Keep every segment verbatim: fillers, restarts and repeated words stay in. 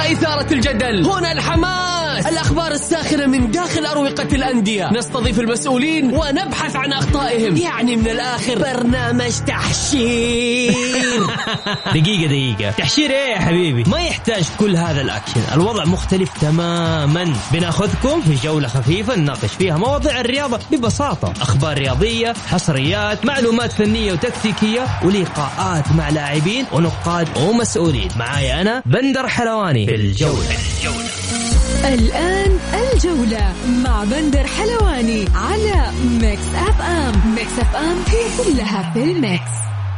وإثارة الجدل. هنا الحماس، الأخبار الساخنة من داخل أروقة الأندية، نستضيف المسؤولين ونبحث عن أخطائهم. يعني من الآخر برنامج تحشير. دقيقة دقيقة، تحشير إيه يا حبيبي؟ ما يحتاج كل هذا الأكشن، الوضع مختلف تماما. بناخذكم في جولة خفيفة نناقش فيها مواضيع الرياضة ببساطة، أخبار رياضية، حصريات، معلومات فنية وتكتيكية، ولقاءات مع لاعبين ونقاد ومسؤولين. معايا أنا بندر حلواني في الجولة. الجولة الآن الجولة مع بندر حلواني على ميكس أف أم. ميكس أف أم هي كلها في الميكس.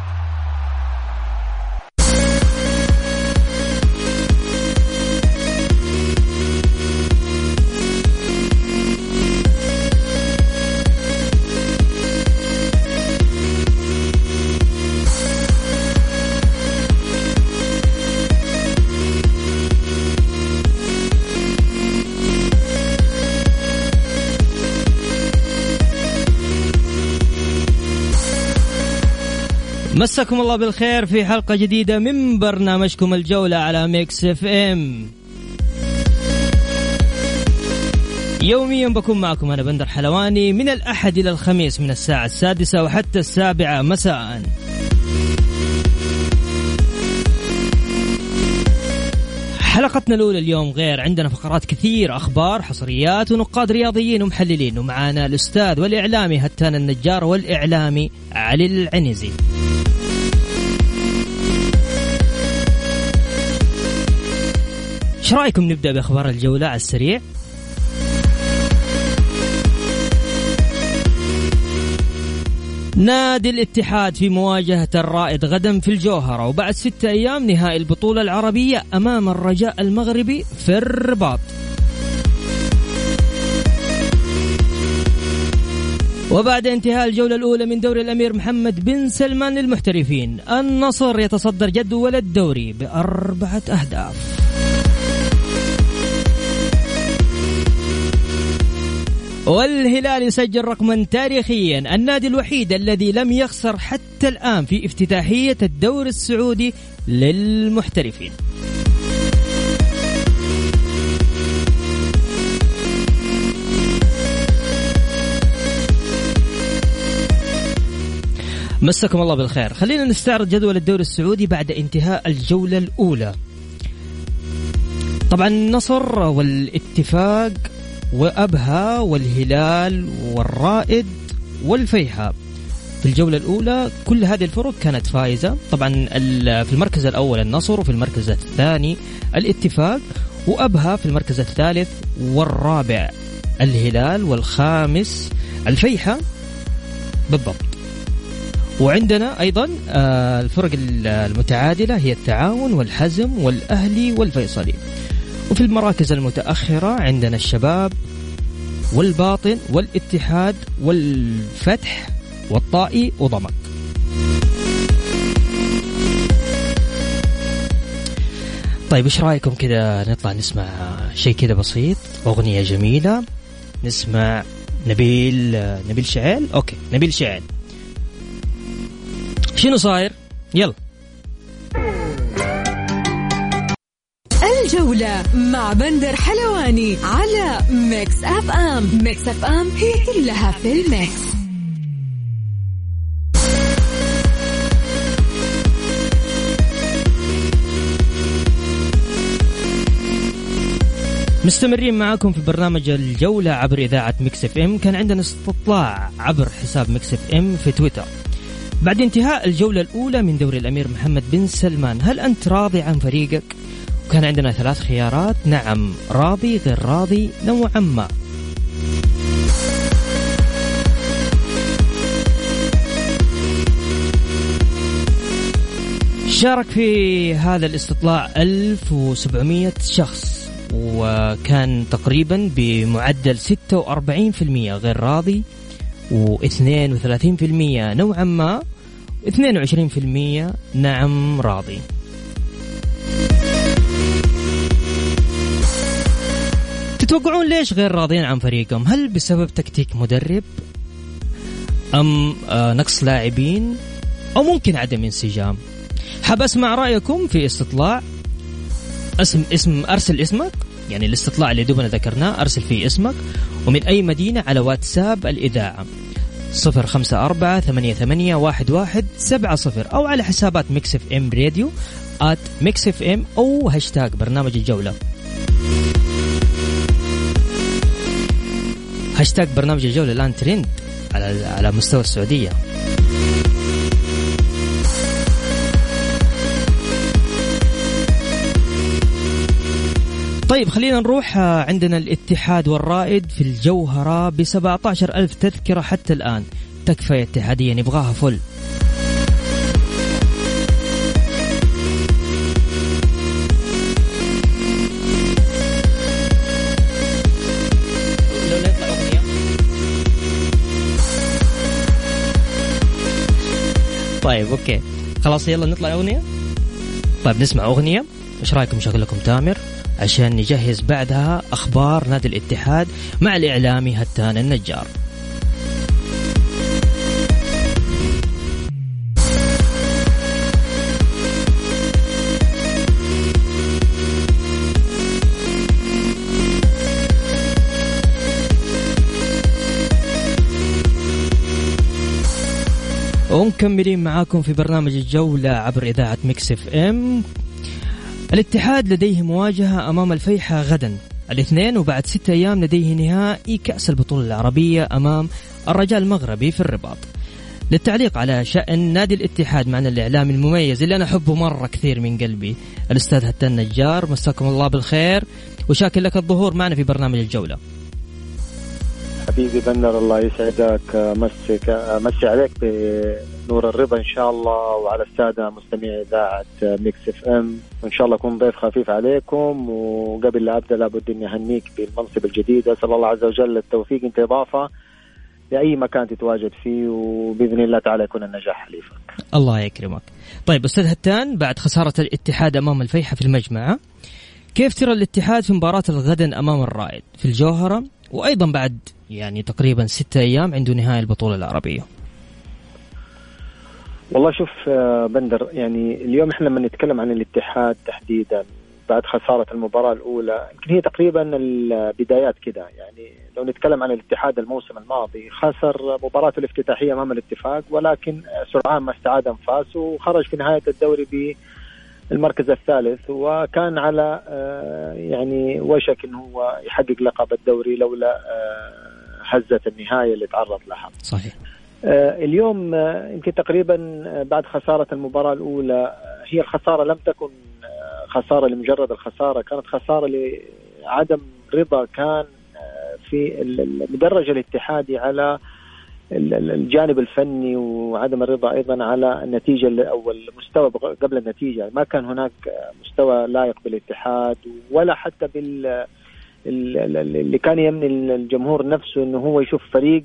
مساكم الله بالخير في حلقة جديدة من برنامجكم الجولة على ميكس اف ام. يوميا بكون معكم أنا بندر حلواني من الأحد إلى الخميس من الساعة السادسة وحتى السابعة مساء. حلقتنا الأولى اليوم غير، عندنا فقرات كثير، أخبار، حصريات، ونقاد رياضيين ومحللين، ومعانا الأستاذ والإعلامي هتان النجار والإعلامي علي العنزي. ايش رايكم نبدأ بأخبار الجولة على السريع؟ نادي الاتحاد في مواجهة الرائد غدا في الجوهرة، وبعد ستة أيام نهائي البطولة العربية أمام الرجاء المغربي في الرباط. وبعد انتهاء الجولة الأولى من دوري الأمير محمد بن سلمان للمحترفين، النصر يتصدر جدول الدوري بأربعة أهداف. والهلال يسجل رقما تاريخيا، النادي الوحيد الذي لم يخسر حتى الآن في افتتاحية الدوري السعودي للمحترفين. مساكم الله بالخير. خلينا نستعرض جدول الدوري السعودي بعد انتهاء الجولة الأولى. طبعا النصر والاتفاق وأبها والهلال والرائد والفيحاء في الجولة الأولى كل هذه الفرق كانت فائزة. طبعا في المركز الأول النصر، وفي المركز الثاني الاتفاق، وأبها في المركز الثالث والرابع الهلال، والخامس الفيحاء بالضبط. وعندنا أيضا الفرق المتعادلة هي التعاون والحزم والأهلي والفيصلي. وفي المراكز المتأخرة عندنا الشباب والباطن والاتحاد والفتح والطائي وضمك. طيب إيش رأيكم كده نطلع نسمع شيء كده بسيط، أغنية جميلة، نسمع نبيل نبيل شعيل. أوكي نبيل شعيل، شنو صاير؟ يلا. الجولة مع بندر حلواني على ميكس أف أم. ميكس أف أم هي كلها في الميكس. مستمرين معاكم في برنامج الجولة عبر إذاعة ميكس اف ام. كان عندنا استطلاع عبر حساب ميكس اف ام في تويتر بعد انتهاء الجولة الأولى من دوري الأمير محمد بن سلمان: هل أنت راضي عن فريقك؟ وكان عندنا ثلاث خيارات: نعم، راضي، غير راضي، نوعا ما. شارك في هذا الاستطلاع ألف وسبعمائة شخص، وكان تقريبا بمعدل ستة وأربعين بالمئة غير راضي، واثنين وثلاثين بالمئة نوعا ما، واثنين وعشرين بالمئة نعم راضي. تتوقعون ليش غير راضين عن فريقهم؟ هل بسبب تكتيك مدرب، أم آه نقص لاعبين، أو ممكن عدم انسجام؟ حاب أسمع رأيكم في استطلاع اسم اسم أرسل اسمك، يعني الاستطلاع اللي دوبنا ذكرناه أرسل فيه اسمك ومن أي مدينة على واتساب الإذاعة صفر خمسة أربعة ثمانية ثمانية واحد واحد سبعة صفر أو على حسابات ميكس اف ام راديو آت ميكس اف ام أو هاشتاج برنامج الجولة. هاشتاج برنامج الجولة الآن ترند على على مستوى السعودية. طيب خلينا نروح. عندنا الاتحاد والرائد في الجوهرة بسبعة عشر ألف تذكرة حتى الآن. تكفى اتحادية نبغاها فل. طيب اوكي خلاص يلا نطلع أغنية. طيب نسمع أغنية. ايش رايكم نشغل لكم تامر عشان نجهز بعدها أخبار نادي الاتحاد مع الإعلامي هتان النجار. ومكملين معاكم في برنامج الجولة عبر إذاعة ميكس اف ام. الاتحاد لديه مواجهة أمام الفيحة غدا الاثنين، وبعد ستة أيام لديه نهائي كأس البطولة العربية أمام الرجاء المغربي في الرباط. للتعليق على شأن نادي الاتحاد معنا الإعلامي المميز اللي أنا أحبه مرة كثير من قلبي الأستاذ هتان النجار. مساكم الله بالخير وشاكر لك الظهور معنا في برنامج الجولة. حبيبي بندر الله يسعدك. مسك مسي عليك بنور الرضا إن شاء الله وعلى السادة مستمعي إذاعة ميكس اف ام، وإن شاء الله أكون ضيف خفيف عليكم. وقبل لا أبدأ لابد إني أهنيك بالمنصب الجديد، أسأل الله عز وجل التوفيق، أنت إضافة لأي مكان تتواجد فيه، وبإذن الله تعالى يكون النجاح حليفك. الله يكرمك. طيب أستاذ هتان، بعد خسارة الاتحاد أمام الفيحة في المجمعة، كيف ترى الاتحاد في مباراة الغدا أمام الرائد في الجوهرة، وأيضا بعد يعني تقريبا ستة أيام عنده نهاية البطولة العربية؟ والله شوف بندر، يعني اليوم احنا لما نتكلم عن الاتحاد تحديدا بعد خسارة المباراة الأولى، يمكن هي تقريبا البدايات كده. يعني لو نتكلم عن الاتحاد الموسم الماضي، خسر مباراته الافتتاحية أمام الاتفاق، ولكن سرعان ما استعاد أنفاسه وخرج في نهاية الدوري بالمركز الثالث، وكان على يعني وشك إنه هو يحقق لقب الدوري لولا هزة النهاية اللي تعرض لها. صحيح. اليوم يمكن تقريبا بعد خسارة المباراة الأولى، هي الخسارة لم تكن خسارة لمجرد الخسارة، كانت خسارة لعدم رضا كان في المدرج الاتحادي على الجانب الفني، وعدم الرضا أيضا على النتيجة أو المستوى قبل النتيجة. ما كان هناك مستوى لائق بالاتحاد، ولا حتى بال اللي كان يمني الجمهور نفسه إنه هو يشوف فريق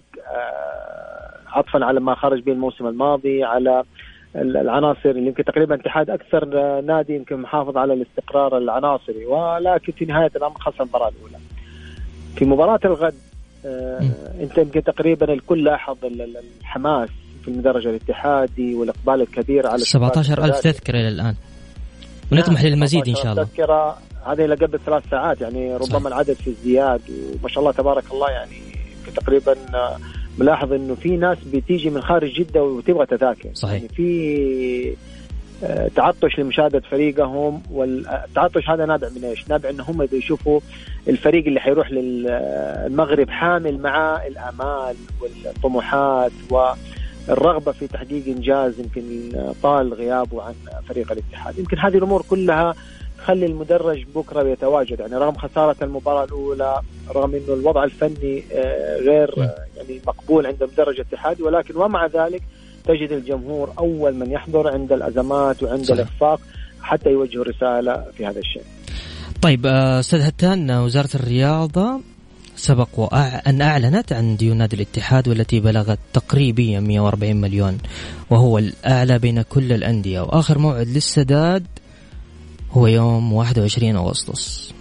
عطفا على ما خرج به الموسم الماضي، على العناصر اللي يمكن تقريبا الاتحاد أكثر نادي يمكن محافظ على الاستقرار العناصري، ولكن في نهاية الأمر خسر المباراة الأولى. في مباراة الغد آه أنت يمكن تقريبا الكل لاحظ الحماس في المدرج الاتحادي والإقبال الكبير على سبعة عشر ألف تذكرة إلى الآن، ونطمح للمزيد إن شاء الله. تذكرة هذه إلى قبل ثلاث ساعات، يعني ربما صحيح. العدد في ازدياد، وما شاء الله تبارك الله. يعني تقريبا ملاحظ إنه في ناس بتيجي من خارج جدة وتبغى تذاكر. صحيح. يعني في تعطش لمشاهدة فريقهم، والتعطش هذا نابع من إيش؟ نابع إن هم بيشوفوا الفريق اللي حيروح للمغرب حامل معاه الآمال والطموحات والرغبة في تحقيق إنجاز يمكن طال غيابه عن فريق الاتحاد. يمكن هذه الأمور كلها تخلي المدرج بكرة بيتواجد، يعني رغم خسارة المباراة الأولى، رغم إنه الوضع الفني غير يعني مقبول عند المدرج الاتحادي، ولكن ومع ذلك تجد الجمهور أول من يحضر عند الأزمات وعند الإخفاق حتى يوجهوا رسالة في هذا الشيء. طيب أستاذ هتان، وزارة الرياضة سبق وأن أعلنت عن ديون نادي الاتحاد والتي بلغت تقريبا مئة وأربعين مليون، وهو الأعلى بين كل الأندية، وآخر موعد للسداد هو يوم واحد وعشرين أغسطس.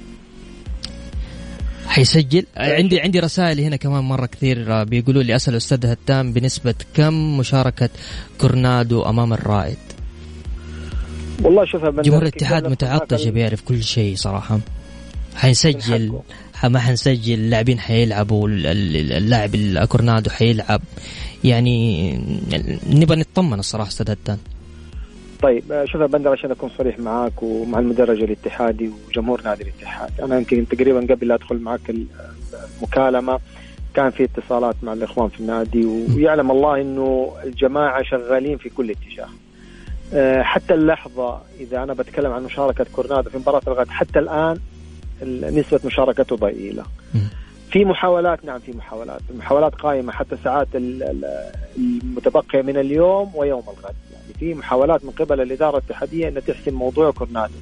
حيسجل. عندي عندي رسائل هنا كمان مرة كثير بيقولوا لي أسأل أستاذ هتان بنسبة كم مشاركة كورنادو أمام الرائد؟ والله شوفها جمهور الاتحاد متعطش بيعرف كل شيء صراحة. حنسجل ما حنسجل، اللاعبين حيلعبوا، اللاعب الكورنادو حيلعب، يعني نبغى نطمن الصراحة استاذ هتان. طيب شوفها بندر، عشان أكون صريح معاك ومع المدرج الاتحادي وجمهور نادي الاتحاد، أنا يمكن تقريبا قبل لا أدخل معك المكالمة كان في اتصالات مع الإخوان في النادي، ويعلم الله إنه الجماعة شغالين في كل اتجاه. حتى اللحظة إذا أنا بتكلم عن مشاركة كورنادو في مباراة الغد، حتى الآن نسبة مشاركته ضئيلة. في محاولات، نعم في محاولات، المحاولات قائمة حتى ساعات المتبقية من اليوم ويوم الغد، يعني في محاولات من قبل الإدارة الاتحادية أن تحسم موضوع كورنادو.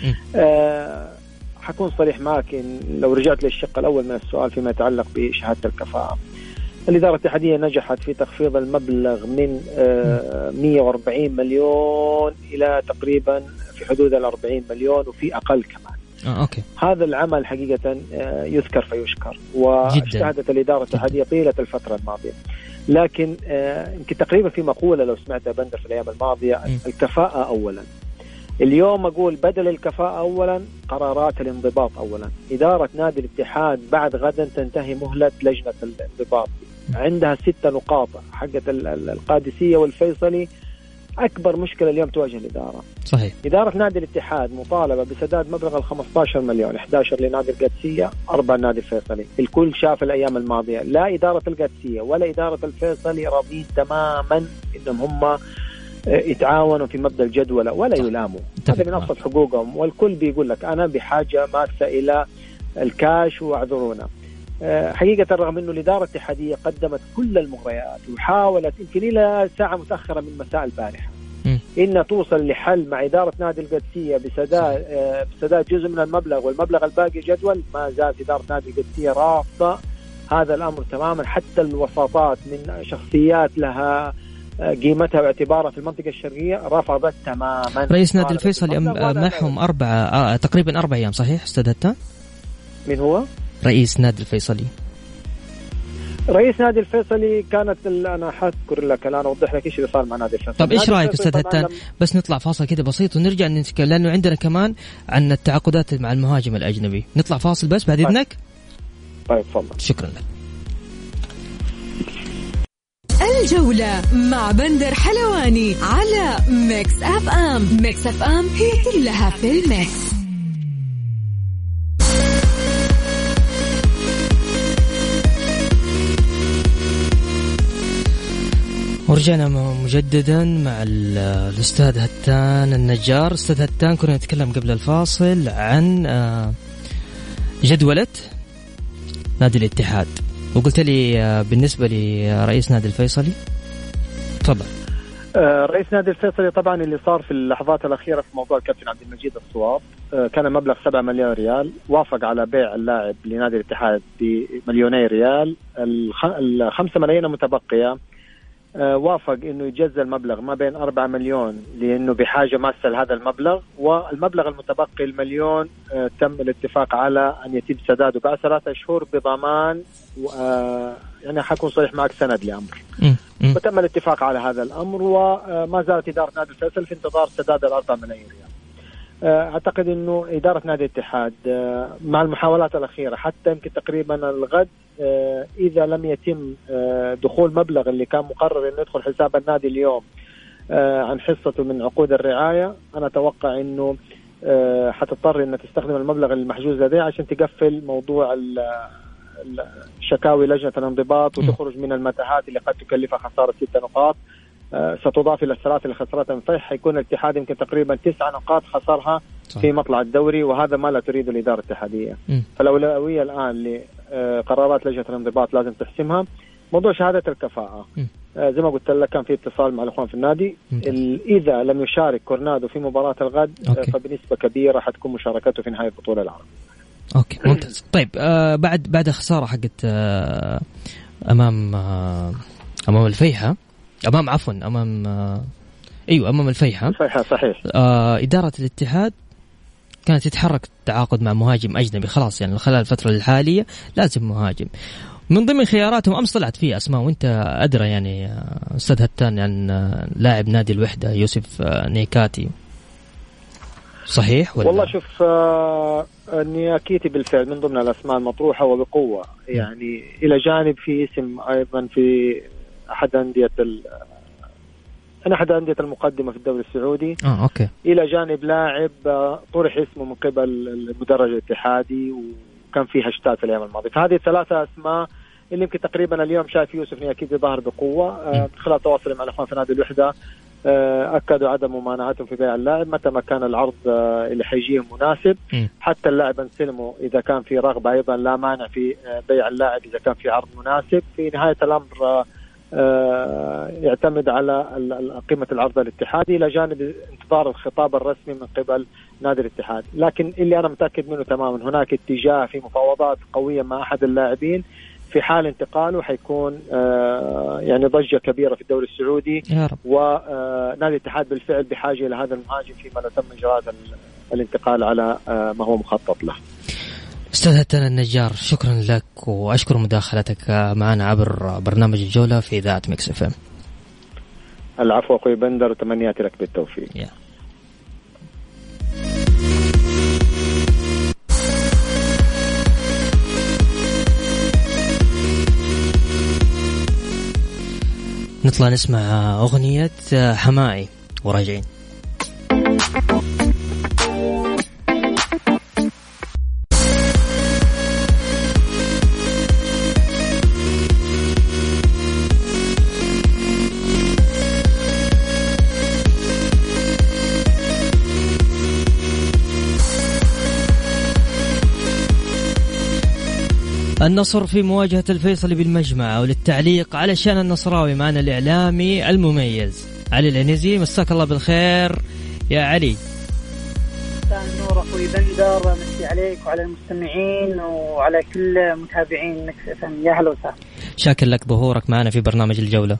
أه حكون صريح معك، إن لو رجعت للشق الأول من السؤال فيما يتعلق بشهادة الكفاءة، الإدارة الاتحادية نجحت في تخفيض المبلغ من أه مئة وأربعين مليون إلى تقريبا في حدود الأربعين مليون وفي أقل كمان. آه، أوكي. هذا العمل حقيقة يذكر فيشكر، واجتهدت الإدارة الاتحادية طيلة الفترة الماضية. لكن يمكن تقريبا في مقولة لو سمعتها بندر في الأيام الماضية، م. الكفاءة أولا. اليوم أقول بدل الكفاءة أولا قرارات الانضباط أولا. إدارة نادي الاتحاد بعد غدا تنتهي مهلة لجنة الانضباط، عندها ستة نقاط حقة القادسية والفيصلي. أكبر مشكلة اليوم تواجه الإدارة. صحيح. إدارة نادي الاتحاد مطالبة بسداد مبلغ ال خمسة عشر مليون، إحدى عشر لنادي القادسية، أربعة لنادي الفيصلي. الكل شاف الأيام الماضية لا إدارة القادسية ولا إدارة الفيصلي راضين تماما إنهم هم يتعاونوا في مبدأ الجدولة ولا يلاموا. هذا من أبسط حقوقهم، والكل بيقول لك أنا بحاجة ماسة إلى الكاش واعذرونا. حقيقة رغم أنه الإدارة الاتحادية قدمت كل المغريات وحاولت يمكن إلى ساعة متأخرة من مساء البارحة إن توصل لحل مع إدارة نادي القادسية بسداد بسداد جزء من المبلغ والمبلغ الباقي جدول، ما زالت إدارة نادي القادسية رافضة هذا الأمر تماما. حتى الوساطات من شخصيات لها قيمتها واعتبارها في المنطقة الشرقية رفضت تماما. رئيس نادي الفيصلي معهم أربعة تقريبا أربع أيام، صحيح أستاذ هتان؟ من هو؟ رئيس نادي الفيصلي. رئيس نادي الفيصلي كانت أنا حذكر لك الآن أوضح لك إيش اللي صار مع نادي الفيصلي. طب إيش رأيك أستاذ هتان؟ بس نطلع فاصل كده بسيط ونرجع نتكلم، لأنه عندنا كمان عن التعاقدات مع المهاجم الأجنبي. نطلع فاصل بس بعد إذنك. طيب تفضل. شكرا لك. الجولة مع بندر حلواني على ميكس أف أم. ميكس أف أم هي كلها في الميكس. ورجعنا مجددا مع الأستاذ هتان النجار. أستاذ هتان كنا نتكلم قبل الفاصل عن جدولة نادي الاتحاد، وقلت لي بالنسبة لرئيس نادي الفيصلي. تفضل. رئيس نادي الفيصلي طبعا اللي صار في اللحظات الأخيرة في موضوع الكابتن عبد المجيد الصواب، كان مبلغ سبعة مليون ريال، وافق على بيع اللاعب لنادي الاتحاد بمليوني ريال. الخمسة ملايين المتبقية وافق انه يجزى المبلغ ما بين أربعة مليون لانه بحاجه ماسه لهذا المبلغ، والمبلغ المتبقي المليون تم الاتفاق على ان يتم سداده بعد ثلاثة شهور بضمان، يعني حكون صريح معك سند لامر. وتم الاتفاق على هذا الامر، وما زالت اداره نادي الفيصل في انتظار سداد الأربعة ملايين ريال. اعتقد انه اداره نادي الاتحاد مع المحاولات الاخيره حتى يمكن تقريبا الغد اذا لم يتم دخول مبلغ اللي كان مقرر انه يدخل حساب النادي اليوم عن حصته من عقود الرعايه، انا اتوقع انه حتضطر ان تستخدم المبلغ المحجوز لديه عشان تقفل موضوع الشكاوي لجنه الانضباط وتخرج من المتاهات اللي قد تكلفها خساره ستة نقاط ستضاف الى الثلاث اللي خسرتها من فيح. حيكون الاتحاد يمكن تقريبا تسع نقاط خسرها في مطلع الدوري، وهذا ما لا تريده الاداره الاتحاديه. فالاولويه الان لقرارات لجنه الانضباط لازم تحسمها. موضوع شهاده الكفاءه زي ما قلت لك كان في اتصال مع الاخوان في النادي، اذا لم يشارك كورنادو في مباراه الغد أوكي. فبنسبه كبيره حتكون مشاركته في نهايه البطوله العربيه. اوكي ممتاز. طيب آه بعد بعد خساره حقت آه امام آه امام الفيحة امام عفوا امام آه ايوه امام الفيحة الفيحة صحيح. آه اداره الاتحاد كانت تتحرك التعاقد مع مهاجم اجنبي خلاص، يعني خلال الفتره الحاليه لازم مهاجم. من ضمن خياراتهم امس طلعت فيه اسماء وانت ادرى يعني استاذ هتان عن لاعب نادي الوحده يوسف نيكاتي. صحيح ولا؟ والله شوف آه نياكيتي بالفعل من ضمن الأسماء المطروحة وبقوة يعني، إلى جانب في اسم أيضا في أحد أندية أنا أحد أندية المقدمة في الدوري السعودي. آه، أوكي. إلى جانب لاعب طرح اسمه من قبل المدرج الاتحادي وكان فيه هاشتاج في الأيام الماضية. فهذه الثلاثة أسماء اللي يمكن تقريبا اليوم شايف يوسف نياكيتي ظهر بقوة من خلال تواصلي مع الأخوان في نادي الوحدة، أكدوا عدم ممانعتهم في بيع اللاعب متى ما كان العرض اللي حيجيه مناسب. حتى اللاعب انسلموا إذا كان في رغبة، أيضا لا مانع في بيع اللاعب إذا كان في عرض مناسب. في نهاية الأمر يعتمد على قيمة العرض الاتحادي إلى جانب انتظار الخطاب الرسمي من قبل نادي الاتحاد. لكن اللي أنا متأكد منه تماما هناك اتجاه في مفاوضات قوية مع أحد اللاعبين في حال انتقاله، حيكون آه يعني ضجة كبيرة في الدوري السعودي، ونادي الاتحاد بالفعل بحاجة إلى هذا المهاجم فيما لا تم إجراء الانتقال على آه ما هو مخطط له. أستاذ هتان النجار، شكرا لك وأشكر مداخلتك معنا عبر برنامج الجولة في إذاعة ميكس اف ام. العفو أخوي بندر، وتمنياتي لك بالتوفيق. yeah. نطلع نسمع أغنية حمائي وراجعين. النصر في مواجهة الفيصلي بالمجمع، وللتعليق على شأن النصراوي معنا الإعلامي المميز علي العنزي. مساك الله بالخير يا علي. مساء النور أخوي بندر، مسي عليك وعلى المستمعين وعلى كل متابعين ميكس اف ام. يا هلا وسهلا. شاكر لك ظهورك معنا في برنامج الجولة.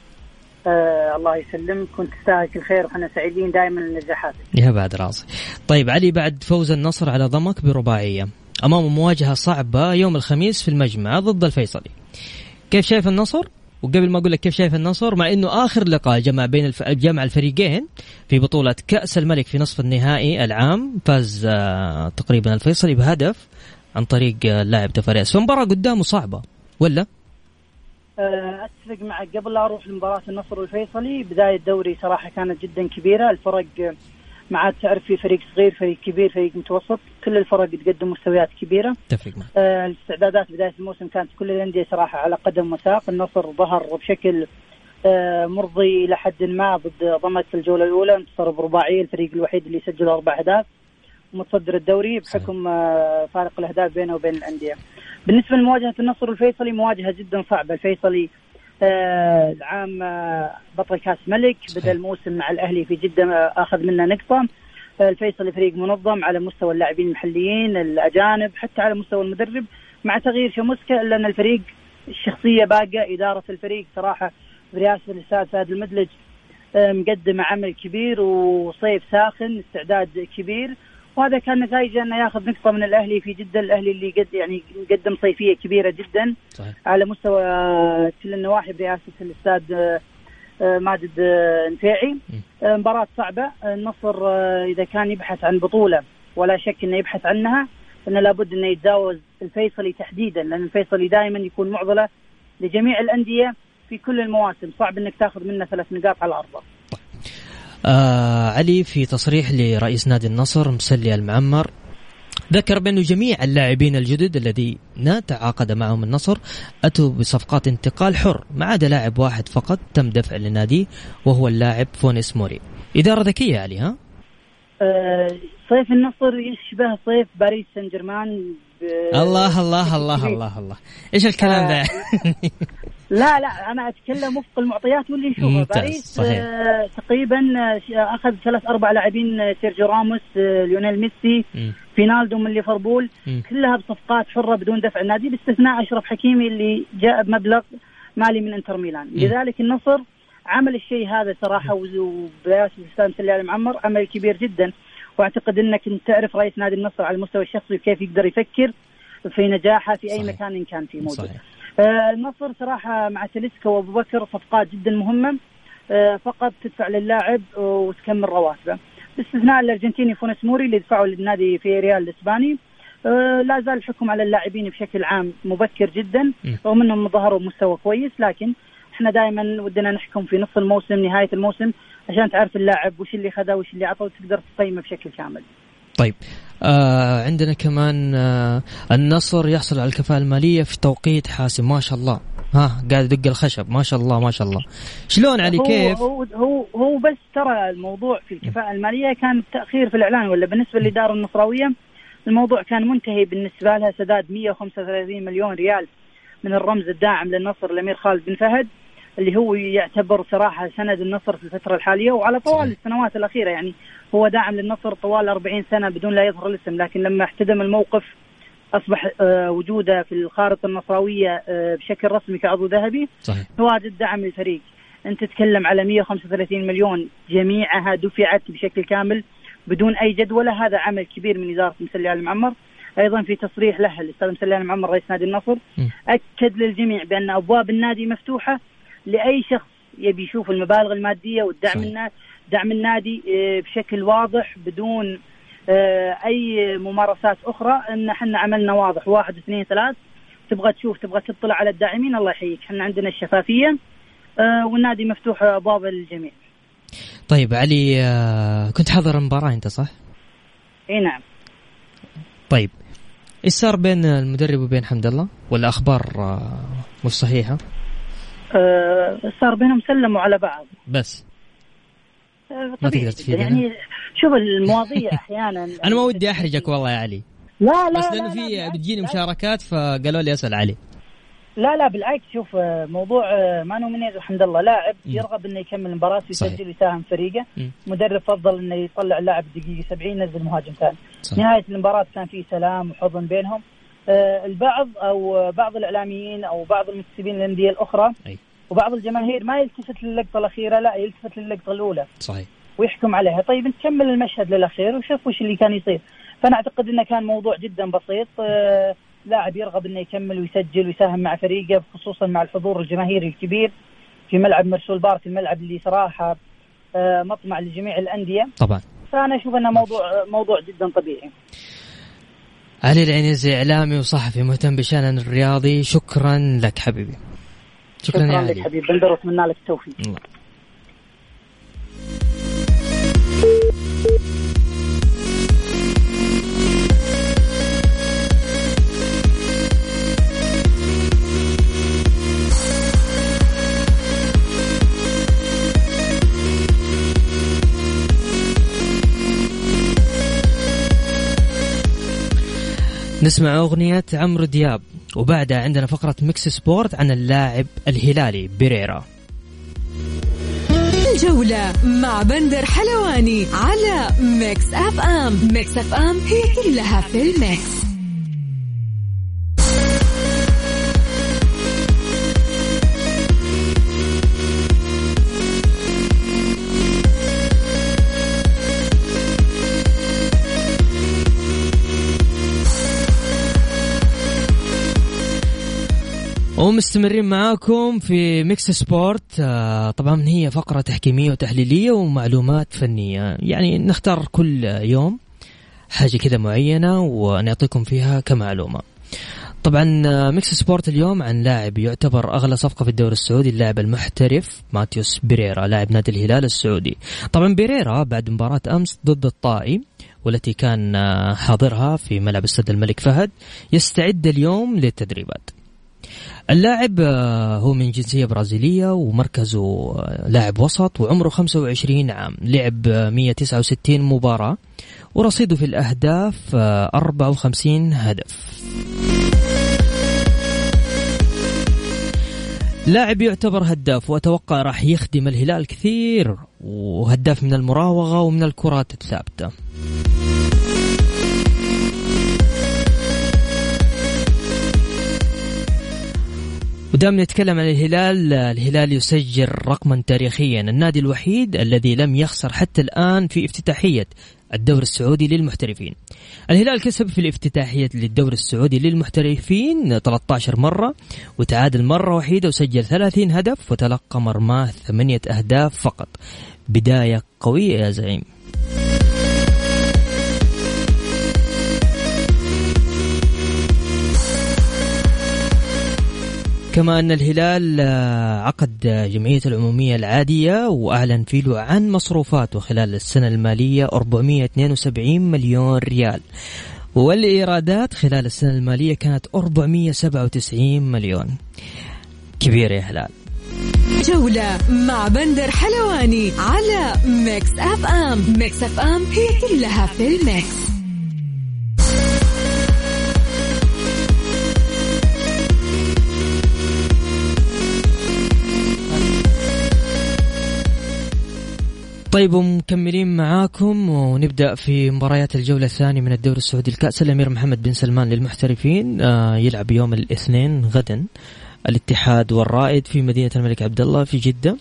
آه الله يسلمك، كنت تستاهل كل خير وحنا سعيدين دائما النجاحات. يا بعد راسي. طيب علي، بعد فوز النصر على ضمك برباعية أمام مواجهة صعبة يوم الخميس في المجمع ضد الفيصلي، كيف شايف النصر؟ وقبل ما أقول لك كيف شايف النصر، مع إنه آخر لقاء جمع بين الف... جمع الفريقين في بطولة كأس الملك في نصف النهائي العام، فاز آه تقريبا الفيصلي بهدف عن طريق اللاعب تفاريس، فمباراة قدامه صعبة ولا؟ أتفق معك. قبل لا أروح لمباراة النصر والفيصلي، بداية الدوري صراحة كانت جدا كبيرة. الفرق ما عاد تعرف في فريق صغير، فريق كبير، فريق متوسط، كل الفرق تقدم مستويات كبيرة. تفق معك. آه الاستعدادات بداية الموسم كانت كل الأندية صراحة على قدم وساق. النصر ظهر بشكل آه مرضي إلى حد ما ضد ضمك في الجولة الأولى، انتصر برباعية، الفريق الوحيد اللي سجل أربع أهداف، متصدر الدوري بحكم آه فارق الأهداف بينه وبين الأندية. بالنسبة لمواجهة النصر والفيصلي، مواجهة جدا صعبة. الفيصلي آه العام آه بطل كاس ملك، بدأ الموسم مع الأهلي في جدة آه أخذ منه نقطة. آه الفيصلي فريق منظم على مستوى اللاعبين المحليين الأجانب، حتى على مستوى المدرب مع تغيير شموسكة، إلا أن الفريق الشخصية باقة. إدارة الفريق صراحة برئاسة الأستاذ فهد المدلج آه مقدم عمل كبير، وصيف ساخن، استعداد كبير، وهذا كان نتائج أنه يأخذ نقطة من الأهلي في جدة. الأهلي اللي قد يعني قدم صيفية كبيرة جدا صحيح. على مستوى كل النواحي برئاسة الأستاذ ماجد نفيعي. مباراة صعبة. النصر إذا كان يبحث عن بطولة، ولا شك أنه يبحث عنها، أنه لابد أنه يتجاوز الفيصلي تحديدا، لأن الفيصلي دائما يكون معضلة لجميع الأندية في كل المواسم، صعب أنك تأخذ منه ثلاث نقاط على الأرض. آه علي، في تصريح لرئيس نادي النصر مسلي المعمر، ذكر بأنه جميع اللاعبين الجدد الذين تعاقد معهم النصر أتوا بصفقات انتقال حر، ما عدا لاعب واحد فقط تم دفع لناديه وهو اللاعب فونس موري. إدارة ذكية علي. ها آه صيف النصر يشبه صيف باريس سان جيرمان. الله الله الله الله الله، إيش الكلام آه ده؟ لا لا أنا أتكلم وفق المعطيات واللي نشوفه. باريس آه تقريبا آه أخذ ثلاث أربع لاعبين، آه سيرجيو راموس، آه ليونيل ميسي، م. فينالدو من ليفربول، م. كلها بصفقات حرة بدون دفع النادي، باستثناء أشرف حكيمي اللي جاء بمبلغ مالي من انتر ميلان. م. لذلك النصر عمل الشيء هذا صراحة، وبرئاسة الأستاذ مسلي المعمر عمل كبير جدا. واعتقد أنك تعرف رئيس نادي النصر على المستوى الشخصي كيف يقدر يفكر في نجاحه في أي صحيح. مكان كان فيه موجود. صحيح. آه النصر صراحة مع تلسكا وأبو بكر صفقات جدا مهمة، آه فقط تدفع للاعب وتكمل رواتبه. باستثناء الأرجنتيني فونس موري اللي دفعوا للنادي في ريال الإسباني. أه لا زال الحكم على اللاعبين بشكل عام مبكر جدا، رغم أنهم ظهروا بمستوى كويس، لكن احنا دائما ودنا نحكم في نص الموسم نهاية الموسم عشان تعرف اللاعب وش اللي خذا وش اللي عطى وتقدر تقيمه بشكل كامل. طيب آه عندنا كمان آه النصر يحصل على الكفاءة المالية في توقيت حاسم، ما شاء الله، ها قاعد يدق الخشب، ما شاء الله ما شاء الله. شلون علي كيف؟ هو هو هو بس ترى الموضوع في الكفاءة المالية كان تأخير في الإعلان، ولا بالنسبة للإدارة النصراوية الموضوع كان منتهي بالنسبة لها، سداد مئة وخمسة وثلاثين مليون ريال من الرمز الداعم للنصر الأمير خالد بن فهد، اللي هو يعتبر صراحة سند النصر في الفترة الحالية وعلى طوال السنوات الأخيرة. يعني هو داعم للنصر طوال أربعين سنة بدون لا يظهر الاسم، لكن لما احتدم الموقف أصبح وجوده في الخارطة النصراوية بشكل رسمي كعضو ذهبي تواجد دعم للفريق. أنت تتكلم على مئة وخمسة وثلاثين مليون جميعها دفعت بشكل كامل بدون أي جدولة، هذا عمل كبير من إدارة مسلي آل معمر. أيضا في تصريح له الأستاذ مسلي آل معمر رئيس نادي النصر أكد للجميع بأن أبواب النادي مفتوحة لأي شخص يبي يشوف المبالغ المادية والدعم النادي دعم النادي بشكل واضح بدون أي ممارسات أخرى. إن حنا عملنا واضح، واحد اثنين ثلاث، تبغى تشوف تبغى تطلع على الداعمين الله يحييك، حنا عندنا الشفافية والنادي مفتوح أبواب للجميع. طيب علي، كنت حاضر المباراة أنت صح؟ إيه نعم. طيب إيش صار بين المدرب وبين حمد الله، ولا أخبار مش صحيحة؟ أه صار بينهم سلموا على بعض بس. ما تقدر تفيدنا يعني. شوف المواضيع أحيانا أنا ما ودي أحرجك والله يا علي، لا لا بس لأنه في بتجيني مشاركات فقالوا لي أسأل علي. لا لا بالعكس، شوف موضوع ما نومينيز الحمد لله لاعب يرغب انه يكمل المباراة ويسجل ويساهم فريقه. م. مدرب فضل انه يطلع اللاعب دقيقة سبعين نزل مهاجم ثاني. نهاية المباراة كان في سلام وحضن بينهم. آه البعض او بعض الاعلاميين او بعض المكتسبين الاندية الاخرى أي. وبعض الجماهير ما يلتفت للقطة الأخيرة، لا يلتفت للقطة الأولى صحيح ويحكم عليها. طيب انت كمل المشهد للأخير وشوف وش اللي كان يصير. فأنا أعتقد انه كان موضوع جدا بسيط. آه لاعب يرغب انه يكمل ويسجل ويساهم مع فريقه، خصوصا مع الحضور الجماهيري الكبير في ملعب مرسول بارك، الملعب اللي صراحه مطمع لجميع الانديه طبعا. فانا اشوف انه موضوع موضوع جدا طبيعي. علي العنيزي اعلامي وصحفي مهتم بشأن الرياضي، شكرا لك حبيبي. شكرا, شكرا يا لك حبيبي بندر، واتمنى لك التوفيق. الله. نسمع أغنية عمرو دياب وبعدها عندنا فقرة ميكس سبورت عن اللاعب الهلالي بيريرا. الجولة مع بندر حلواني على ميكس أف أم. ميكس أف أم هي كلها في الميكس. ومستمرين معاكم في ميكس سبورت. طبعا هي فقرة تحكيمية وتحليلية ومعلومات فنية، يعني نختار كل يوم حاجة كذا معينة ونعطيكم فيها كمعلومة. طبعا ميكس سبورت اليوم عن لاعب يعتبر أغلى صفقة في الدوري السعودي، اللاعب المحترف ماتيوس بيريرا لاعب نادي الهلال السعودي. طبعا بيريرا بعد مباراة أمس ضد الطائي والتي كان حاضرها في ملعب استاد الملك فهد يستعد اليوم للتدريبات. اللاعب هو من جنسية برازيلية ومركزه لاعب وسط وعمره خمسة وعشرين عام، لعب مئة وتسعة وستين مباراة ورصيده في الأهداف أربعة وخمسين هدف. لاعب يعتبر هداف وأتوقع راح يخدم الهلال كثير، وهداف من المراوغة ومن الكرات الثابتة. ودام نتكلم عن الهلال، الهلال يسجل رقما تاريخيا، النادي الوحيد الذي لم يخسر حتى الآن في افتتاحية الدوري السعودي للمحترفين. الهلال كسب في الافتتاحية للدوري السعودي للمحترفين ثلاثة عشر مرة وتعادل مرة وحيدة وسجل ثلاثين هدف وتلقى مرماه ثمانية أهداف فقط. بداية قوية يا زعيم. كما أن الهلال عقد جمعية العمومية العادية وأعلن فيه عن مصروفاته خلال السنة المالية أربعمائة واثنين وسبعين مليون ريال، والإيرادات خلال السنة المالية كانت أربعمائة وسبعة وتسعين مليون. كبير يا هلال. جولة مع بندر حلواني على ميكس أف أم. ميكس أف أم هي كلها في الميكس. طيب ومكملين معاكم ونبدأ في مباريات الجولة الثانية من الدوري السعودي الكأس. الأمير محمد بن سلمان للمحترفين يلعب يوم الاثنين غدا الاتحاد والرائد في مدينة الملك عبد الله في جدة.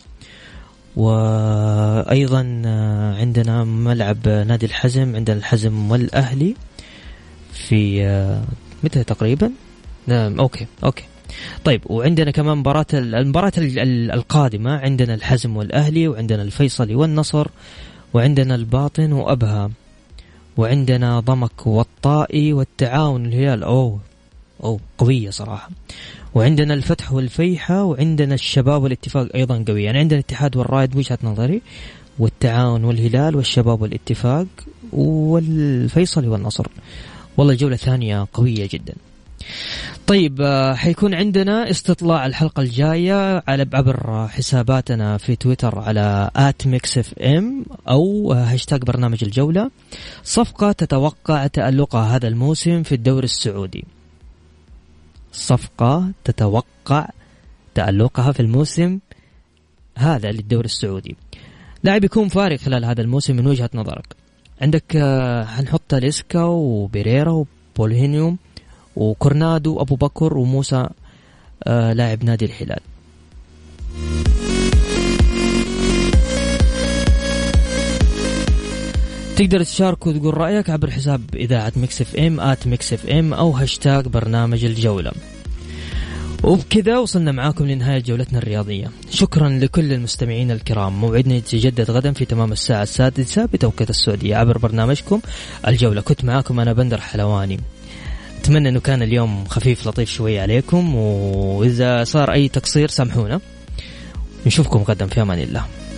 وأيضا عندنا ملعب نادي الحزم، عندنا الحزم والأهلي في متى تقريبا؟ أوكي أوكي طيب. وعندنا كمان مباراة المباراة القادمة، عندنا الحزم والأهلي، وعندنا الفيصلي والنصر، وعندنا الباطن وأبها، وعندنا ضمك والطائي والتعاون الهلال. أوه أوه قوية صراحة. وعندنا الفتح والفيحة، وعندنا الشباب والاتفاق أيضا قوية. يعني عندنا الاتحاد والرائد بوجهة نظري، والتعاون والهلال والشباب والاتفاق والفيصلي والنصر. والله الجولة الثانية قوية جدا. طيب حيكون عندنا استطلاع الحلقة الجاية على عبر حساباتنا في تويتر على آت ميكس اف ام أو هاشتاج برنامج الجولة. صفقة تتوقع تألقها هذا الموسم في الدوري السعودي. صفقة تتوقع تألقها في الموسم هذا للدوري السعودي. لاعب يكون فارق خلال هذا الموسم من وجهة نظرك. عندك هنحط تاليسكا وبيريرا وبولهينيوم وكورنادو أبو بكر وموسى آه لاعب نادي الهلال. تقدر تشارك وتقول رأيك عبر حساب إذاعة ميكس اف ام آت ميكس اف ام أو هاشتاج برنامج الجولة. وبكذا وصلنا معاكم لنهاية جولتنا الرياضية. شكرا لكل المستمعين الكرام. موعدنا يتجدد غدا في تمام الساعة السادسة بتوقيت السعودية عبر برنامجكم الجولة. كنت معاكم أنا بندر حلواني. أتمنى أنه كان اليوم خفيف لطيف شوي عليكم، وإذا صار أي تقصير سامحونا. نشوفكم غدا في أمان الله.